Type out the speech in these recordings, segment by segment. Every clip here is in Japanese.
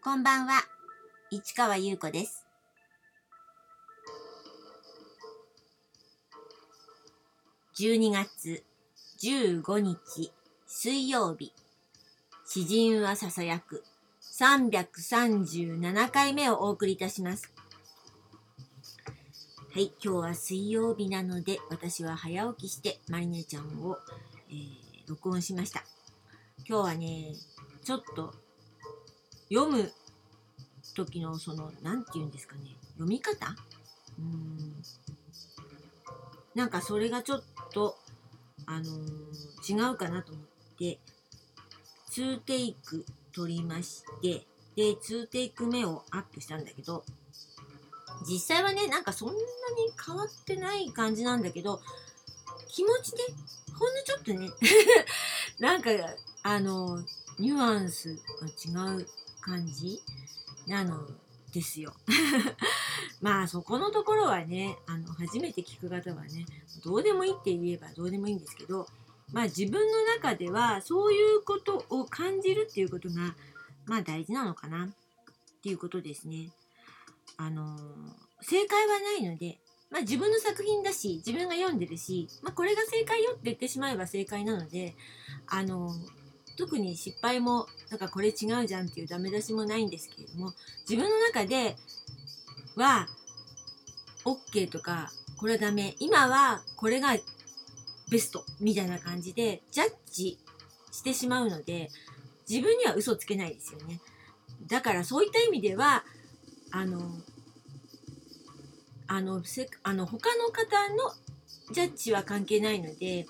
こんばんは、市川優子です。12月15日水曜日、詩人はささやく337回目をお送りいたします。はい、今日は水曜日なので私は早起きしてマリネちゃんを、録音しました。今日はね、ちょっと読む時のなんていうんですかね、読み方なんかそれがちょっと違うかなと思って2テイク取りまして、で2テイク目をアップしたんだけど、実際はね、なんかそんなに変わってない感じなんだけど、気持ちね、ほんのちょっとねなんかニュアンスが違う感じなのですよまあそこのところはね、初めて聞く方はね、どうでもいいって言えばどうでもいいんですけど、まあ自分の中ではそういうことを感じるっていうことがまあ大事なのかなっていうことですね。正解はないので、まあ自分の作品だし、自分が読んでるし、まあこれが正解よって言ってしまえば正解なので、特に失敗もなんかこれ違うじゃんっていうダメ出しもないんですけれども、自分の中では OK とかこれはダメ、今はこれがベストみたいな感じでジャッジしてしまうので、自分には嘘つけないですよね。だからそういった意味では他の方のジャッジは関係ないので、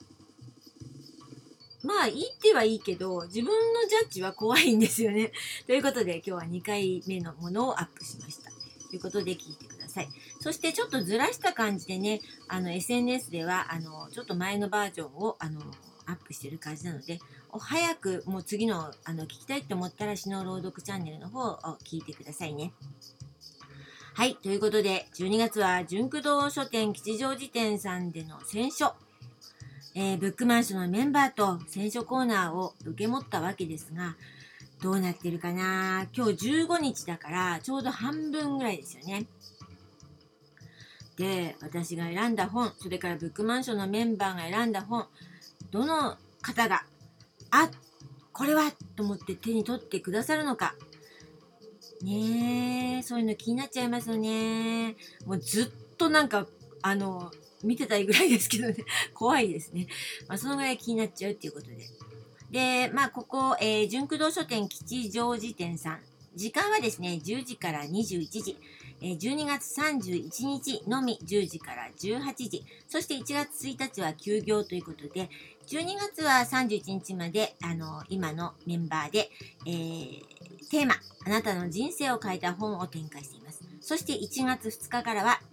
まあいいってはいいけど自分のジャッジは怖いんですよねということで今日は2回目のものをアップしましたということで聞いてください。そしてちょっとずらした感じでね、SNS ではちょっと前のバージョンをアップしてる感じなので、早くもう次の聞きたいと思ったら詩の朗読チャンネルの方を聞いてくださいね。はい、ということで12月は純駆動書店吉祥寺店さんでの選書、ブックマンションのメンバーと選書コーナーを受け持ったわけですが、どうなってるかな。今日15日だからちょうど半分ぐらいですよね。で、私が選んだ本、それからブックマンションのメンバーが選んだ本、どの方がこれはと思って手に取ってくださるのかねえ、そういうの気になっちゃいますよね。もうずっとなんか見てたいぐらいですけどね怖いですね。まあそのぐらい気になっちゃうっていうことで。で、まあここ、純駆動書店吉祥寺店さん、時間はですね10時から21時、12月31日のみ10時から18時、そして1月1日は休業ということで、12月は31日まで今のメンバーで、テーマあなたの人生を変えた本を展開しています。そして1月2日からは、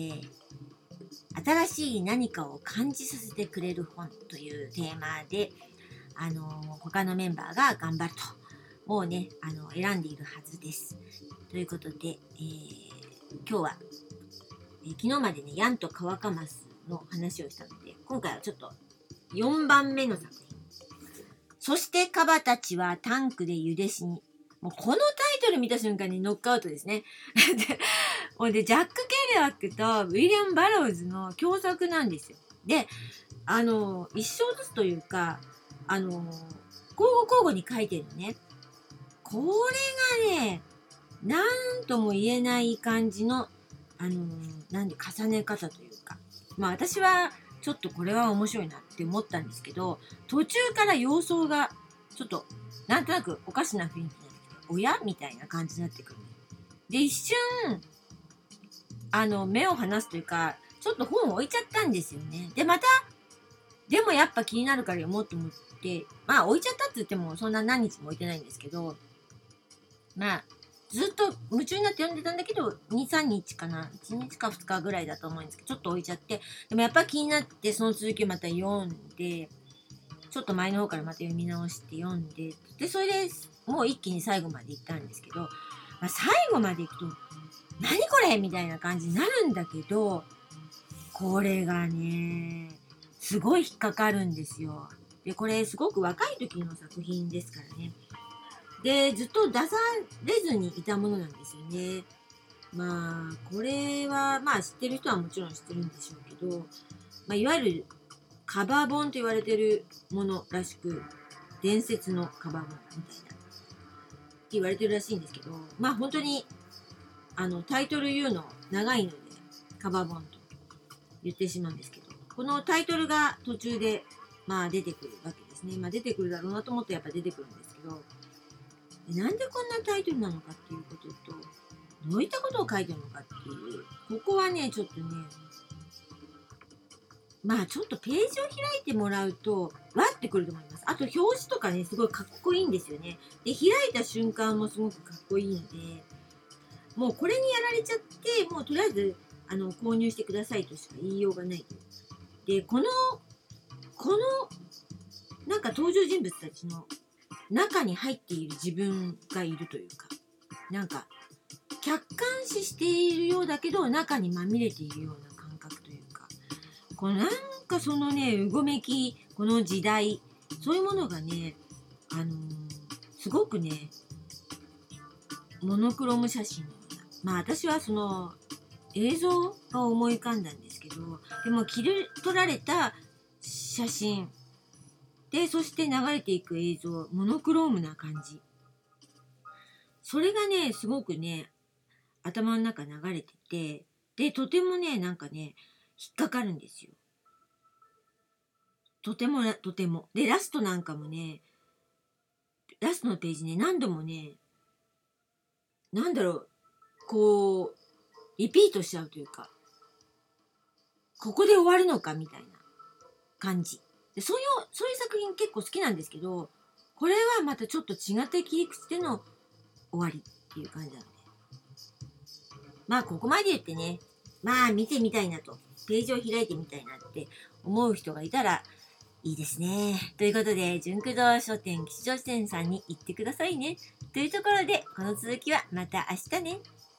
新しい何かを感じさせてくれる本というテーマで他のメンバーが頑張るともうね選んでいるはずです。ということで、今日は、昨日までねヤンとカワカマスの話をしたので、今回はちょっと4番目の作品、そしてカバたちはタンクで茹で死に。もうこのタイトル見た瞬間にノックアウトですねでジャック・ケルアックとウィリアム・バローズの共作なんですよ。で一章ずつというか交互に書いてるのね。これがねなんとも言えない感じのなんで重ね方というか、まあ私はちょっとこれは面白いなって思ったんですけど、途中から様相がちょっとなんとなくおかしな雰囲気になってきて、親みたいな感じになってくる。で一瞬目を離すというかちょっと本を置いちゃったんですよね。でまたでもやっぱ気になるから読もうと思って、まあ置いちゃったって言ってもそんな何日も置いてないんですけど、まあずっと夢中になって読んでたんだけど 2,3 日かな、1日か2日ぐらいだと思うんですけど、ちょっと置いちゃって、でもやっぱ気になってその続きをまた読んで、ちょっと前の方からまた読み直して読んで、でそれでもう一気に最後まで行ったんですけど、まあ、最後まで行くと何これみたいな感じになるんだけど、これがねすごい引っかかるんですよ。でこれすごく若い時の作品ですからね。 でずっと出されずにいたものなんですよね。まあこれはまあ知ってる人はもちろん知ってるんでしょうけど、まあ、いわゆるカバー本と言われてるものらしく、伝説のカバー本みたいなって言われてるらしいんですけど、まあ本当にタイトル言うの長いのでカバー本と言ってしまうんですけど、このタイトルが途中でまあ出てくるわけですね。まあ出てくるだろうなと思ってやっぱ出てくるんですけど、なんでこんなタイトルなのかっていうことと、どういったことを書いてるのかっていう、ここはねちょっとね、まあちょっとページを開いてもらうとわってくると思います。あと表紙とかねすごいかっこいいんですよね。で開いた瞬間もすごくかっこいいので、もうこれにやられちゃってもうとりあえず購入してくださいとしか言いようがない。でこのなんか登場人物たちの中に入っている自分がいるというか、なんか客観視しているようだけど中にまみれているような感覚というか、このなんかそのねうごめき、この時代、そういうものがね、すごくねモノクローム写真のような、まあ私はその映像が思い浮かんだんですけど、でも切り取られた写真で、そして流れていく映像、モノクロームな感じ、それがねすごくね頭の中流れてて、でとてもねなんかね引っかかるんですよ。とてもでラストなんかもね、ラストのページね何度もね、なんだろう、こうリピートしちゃうというか、ここで終わるのかみたいな感じで、そういう作品結構好きなんですけど、これはまたちょっと違った切り口での終わりっていう感じなので、まあここまで言ってね、まあ見てみたいなと、ページを開いてみたいなって思う人がいたらいいですね。ということで、純駆動書店吉祥店さんに行ってくださいね。というところで、この続きはまた明日ね。